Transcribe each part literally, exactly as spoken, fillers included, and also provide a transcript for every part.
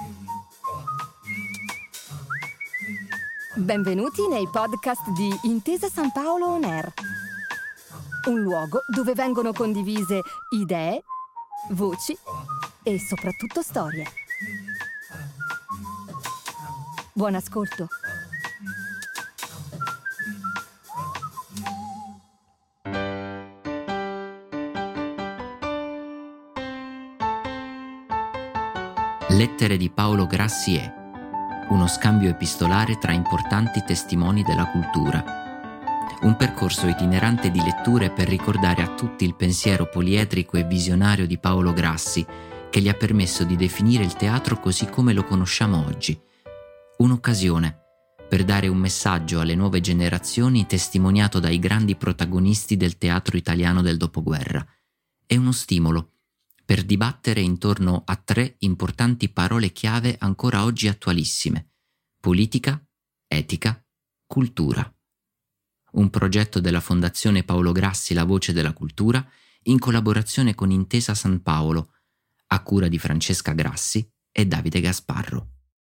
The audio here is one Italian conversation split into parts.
Benvenuti nei podcast di Intesa San Paolo On Air, un luogo dove vengono condivise idee, voci e soprattutto storie. Buon ascolto. Lettere di Paolo Grassi è uno scambio epistolare tra importanti testimoni della cultura, un percorso itinerante di letture per ricordare a tutti il pensiero poliedrico e visionario di Paolo Grassi, che gli ha permesso di definire il teatro così come lo conosciamo oggi. Un'occasione per dare un messaggio alle nuove generazioni testimoniato dai grandi protagonisti del teatro italiano del dopoguerra, e uno stimolo per dibattere intorno a tre importanti parole chiave ancora oggi attualissime: politica, etica, cultura. Un progetto della Fondazione Paolo Grassi La Voce della Cultura in collaborazione con Intesa San Paolo, a cura di Francesca Grassi e Davide Gasparro.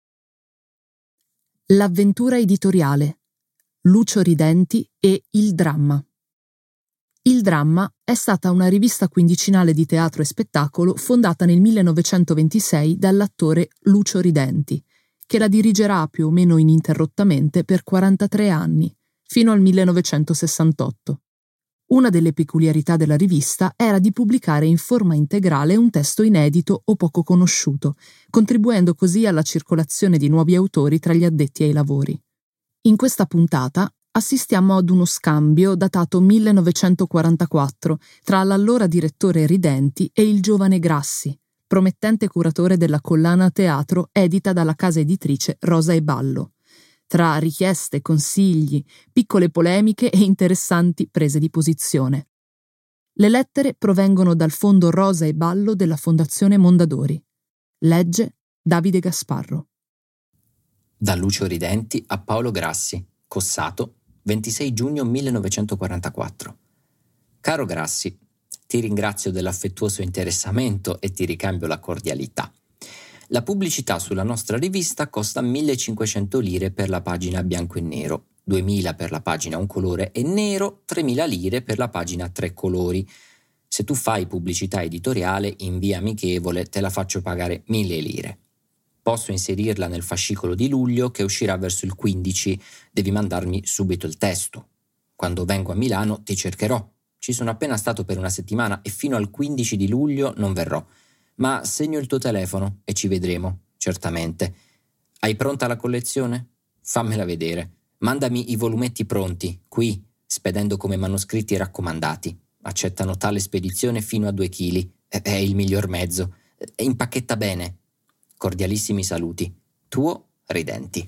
L'avventura editoriale, Lucio Ridenti e Il Dramma. Il Dramma è stata una rivista quindicinale di teatro e spettacolo fondata nel millenovecentoventisei dall'attore Lucio Ridenti, che la dirigerà più o meno ininterrottamente per quarantatré anni, fino al millenovecentosessantotto. Una delle peculiarità della rivista era di pubblicare in forma integrale un testo inedito o poco conosciuto, contribuendo così alla circolazione di nuovi autori tra gli addetti ai lavori. In questa puntata assistiamo ad uno scambio datato millenovecentoquarantaquattro tra l'allora direttore Ridenti e il giovane Grassi, promettente curatore della collana teatro edita dalla casa editrice Rosa e Ballo, tra richieste, consigli, piccole polemiche e interessanti prese di posizione. Le lettere provengono dal fondo Rosa e Ballo della Fondazione Mondadori. Legge Davide Gasparro. Da Lucio Ridenti a Paolo Grassi, Cossato, ventisei giugno millenovecentoquarantaquattro. Caro Grassi, ti ringrazio dell'affettuoso interessamento e ti ricambio la cordialità. La pubblicità sulla nostra rivista costa millecinquecento lire per la pagina bianco e nero, duemila per la pagina un colore e nero, tremila lire per la pagina tre colori. Se tu fai pubblicità editoriale in via amichevole te la faccio pagare mille lire. Posso inserirla nel fascicolo di luglio che uscirà verso il quindici, devi mandarmi subito il testo. Quando vengo a Milano ti cercherò. Ci sono appena stato per una settimana e fino al quindici di luglio non verrò. Ma segno il tuo telefono e ci vedremo, certamente. Hai pronta la collezione? Fammela vedere. Mandami i volumetti pronti, qui, spedendo come manoscritti raccomandati. Accettano tale spedizione fino a due chili. È il miglior mezzo. E impacchetta bene. Cordialissimi saluti. Tuo Ridenti.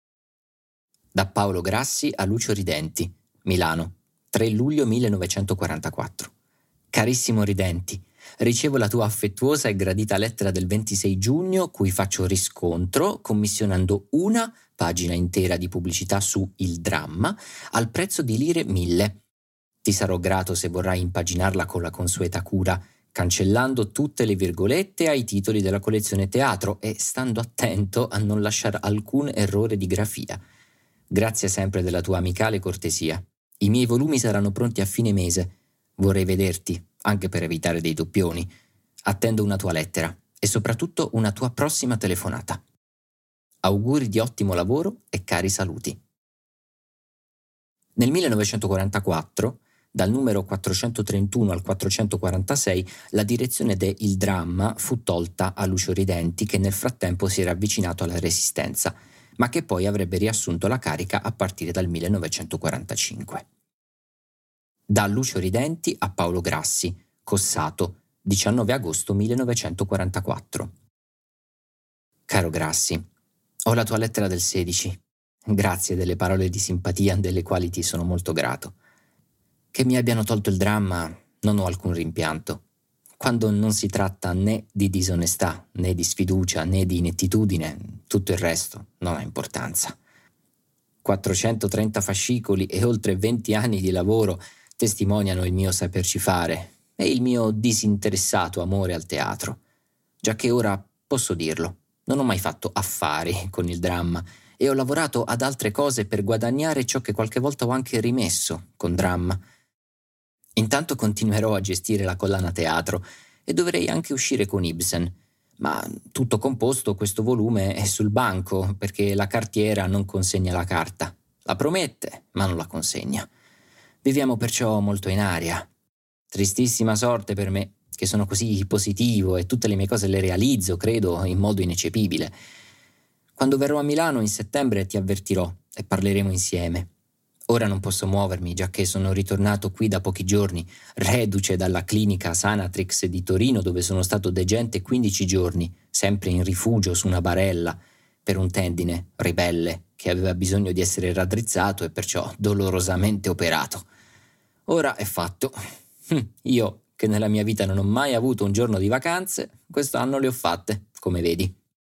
Da Paolo Grassi a Lucio Ridenti, Milano, tre luglio millenovecentoquarantaquattro. Carissimo Ridenti, ricevo la tua affettuosa e gradita lettera del ventisei giugno, cui faccio riscontro commissionando una pagina intera di pubblicità su Il Dramma al prezzo di lire mille. Ti sarò grato se vorrai impaginarla con la consueta cura, cancellando tutte le virgolette ai titoli della collezione teatro e stando attento a non lasciare alcun errore di grafia. Grazie sempre della tua amicale cortesia. I miei volumi saranno pronti a fine mese. Vorrei vederti, anche per evitare dei doppioni. Attendo una tua lettera e soprattutto una tua prossima telefonata. Auguri di ottimo lavoro e cari saluti. Nel millenovecentoquarantaquattro, dal numero quattrocentotrentuno al quattrocentoquarantasei, la direzione de Il Dramma fu tolta a Lucio Ridenti, che nel frattempo si era avvicinato alla Resistenza, ma che poi avrebbe riassunto la carica a partire dal millenovecentoquarantacinque. Da Lucio Ridenti a Paolo Grassi, Cossato, diciannove agosto millenovecentoquarantaquattro. Caro Grassi, ho la tua lettera del sedici. Grazie delle parole di simpatia delle quali ti sono molto grato. Che mi abbiano tolto Il Dramma non ho alcun rimpianto. Quando non si tratta né di disonestà, né di sfiducia, né di inettitudine, tutto il resto non ha importanza. quattrocentotrenta fascicoli e oltre venti anni di lavoro testimoniano il mio saperci fare e il mio disinteressato amore al teatro, giacché ora posso dirlo. Non ho mai fatto affari con il dramma e ho lavorato ad altre cose per guadagnare ciò che qualche volta ho anche rimesso con dramma. Intanto continuerò a gestire la collana teatro e dovrei anche uscire con Ibsen, ma tutto composto questo volume è sul banco perché la cartiera non consegna la carta. La promette, ma non la consegna. Viviamo perciò molto in aria. Tristissima sorte per me, che sono così positivo e tutte le mie cose le realizzo, credo, in modo ineccepibile. Quando verrò a Milano in settembre ti avvertirò e parleremo insieme. Ora non posso muovermi, giacché sono ritornato qui da pochi giorni, reduce dalla clinica Sanatrix di Torino, dove sono stato degente quindici giorni, sempre in rifugio su una barella, per un tendine ribelle che aveva bisogno di essere raddrizzato e perciò dolorosamente operato. Ora è fatto. Io, che nella mia vita non ho mai avuto un giorno di vacanze, quest'anno le ho fatte, come vedi.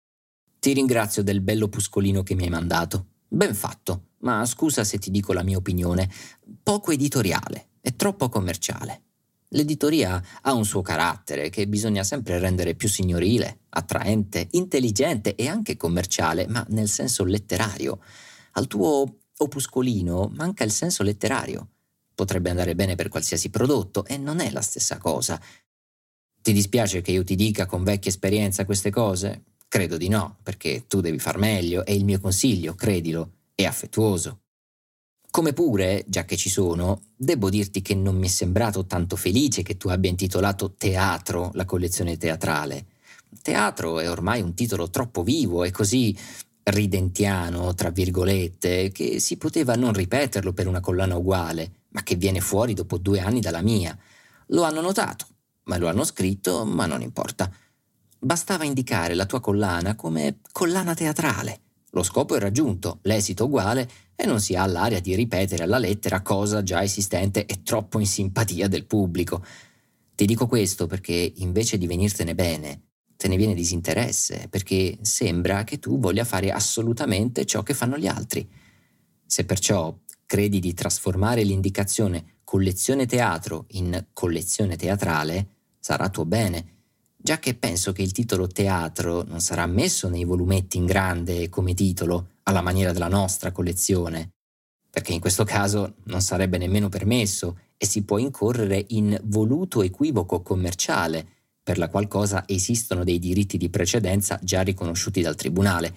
Ti ringrazio del bello puscolino che mi hai mandato. Ben fatto, ma scusa se ti dico la mia opinione. Poco editoriale e troppo commerciale. L'editoria ha un suo carattere che bisogna sempre rendere più signorile, attraente, intelligente e anche commerciale, ma nel senso letterario. Al tuo opuscolino manca il senso letterario. Potrebbe andare bene per qualsiasi prodotto e non è la stessa cosa. Ti dispiace che io ti dica con vecchia esperienza queste cose? Credo di no, perché tu devi far meglio e il mio consiglio, credilo, è affettuoso. Come pure, già che ci sono, devo dirti che non mi è sembrato tanto felice che tu abbia intitolato Teatro la collezione teatrale. Teatro è ormai un titolo troppo vivo e così ridentiano, tra virgolette, che si poteva non ripeterlo per una collana uguale, ma che viene fuori dopo due anni dalla mia. Lo hanno notato, ma lo hanno scritto, ma non importa. Bastava indicare la tua collana come collana teatrale. Lo scopo è raggiunto, l'esito uguale e non si ha l'aria di ripetere alla lettera cosa già esistente e troppo in simpatia del pubblico. Ti dico questo perché invece di venirtene bene, te ne viene disinteresse, perché sembra che tu voglia fare assolutamente ciò che fanno gli altri. Se perciò credi di trasformare l'indicazione collezione teatro in collezione teatrale, sarà tuo bene, già che penso che il titolo teatro non sarà messo nei volumetti in grande come titolo, alla maniera della nostra collezione, perché in questo caso non sarebbe nemmeno permesso e si può incorrere in voluto equivoco commerciale, per la qual cosa esistono dei diritti di precedenza già riconosciuti dal tribunale.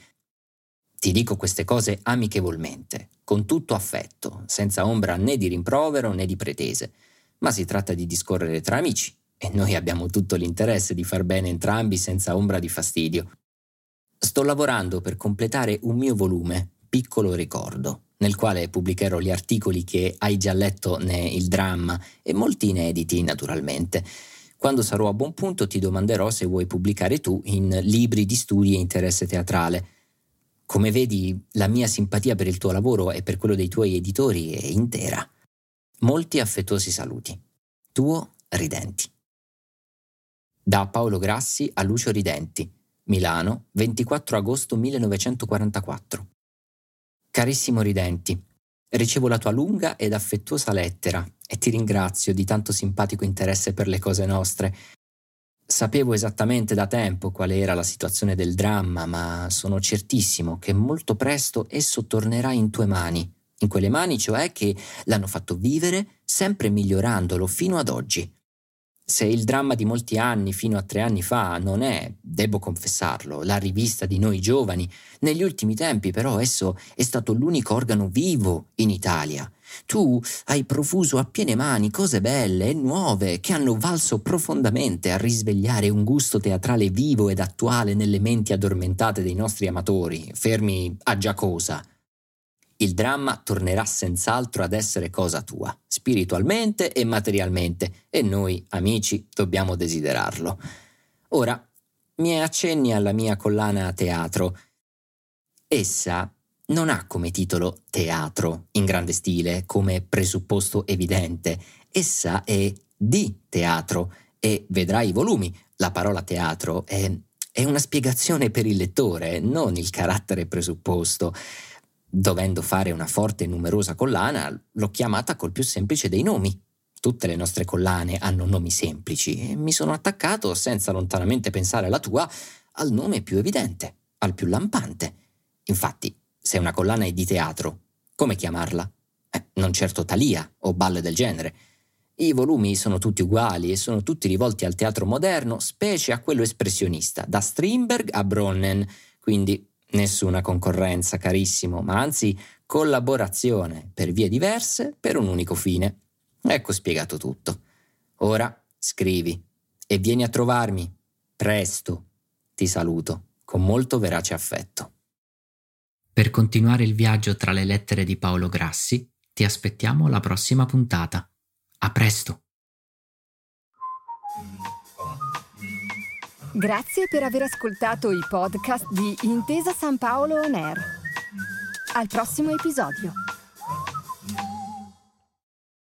Ti dico queste cose amichevolmente, con tutto affetto, senza ombra né di rimprovero né di pretese, ma si tratta di discorrere tra amici e noi abbiamo tutto l'interesse di far bene entrambi senza ombra di fastidio. Sto lavorando per completare un mio volume, Piccolo Ricordo, nel quale pubblicherò gli articoli che hai già letto nel dramma e molti inediti naturalmente. Quando sarò a buon punto ti domanderò se vuoi pubblicare tu in libri di studi e interesse teatrale. Come vedi, la mia simpatia per il tuo lavoro e per quello dei tuoi editori è intera. Molti affettuosi saluti. Tuo Ridenti. Da Paolo Grassi a Lucio Ridenti, Milano, ventiquattro agosto millenovecentoquarantaquattro. Carissimo Ridenti, ricevo la tua lunga ed affettuosa lettera e ti ringrazio di tanto simpatico interesse per le cose nostre. Sapevo esattamente da tempo quale era la situazione del dramma, ma sono certissimo che molto presto esso tornerà in tue mani, in quelle mani cioè che l'hanno fatto vivere, sempre migliorandolo fino ad oggi. Se il dramma di molti anni, fino a tre anni fa, non è, devo confessarlo, la rivista di noi giovani, negli ultimi tempi però esso è stato l'unico organo vivo in Italia. Tu hai profuso a piene mani cose belle e nuove che hanno valso profondamente a risvegliare un gusto teatrale vivo ed attuale nelle menti addormentate dei nostri amatori, fermi a Giacosa. Il dramma tornerà senz'altro ad essere cosa tua, spiritualmente e materialmente, e noi, amici, dobbiamo desiderarlo. Ora, mi accenni alla mia collana teatro. Essa non ha come titolo teatro, in grande stile, come presupposto evidente. Essa è di teatro e vedrai i volumi. La parola teatro è, è una spiegazione per il lettore, non il carattere presupposto. Dovendo fare una forte e numerosa collana, l'ho chiamata col più semplice dei nomi. Tutte le nostre collane hanno nomi semplici e mi sono attaccato, senza lontanamente pensare alla tua, al nome più evidente, al più lampante. Infatti, se una collana è di teatro, come chiamarla? Eh, non certo Thalia o balle del genere. I volumi sono tutti uguali e sono tutti rivolti al teatro moderno, specie a quello espressionista, da Strindberg a Bronnen, quindi nessuna concorrenza, carissimo, ma anzi collaborazione per vie diverse per un unico fine. Ecco spiegato tutto. Ora scrivi e vieni a trovarmi. Presto. Ti saluto con molto verace affetto. Per continuare il viaggio tra le lettere di Paolo Grassi, ti aspettiamo alla prossima puntata. A presto! Grazie per aver ascoltato i podcast di Intesa San Paolo On Air. Al prossimo episodio.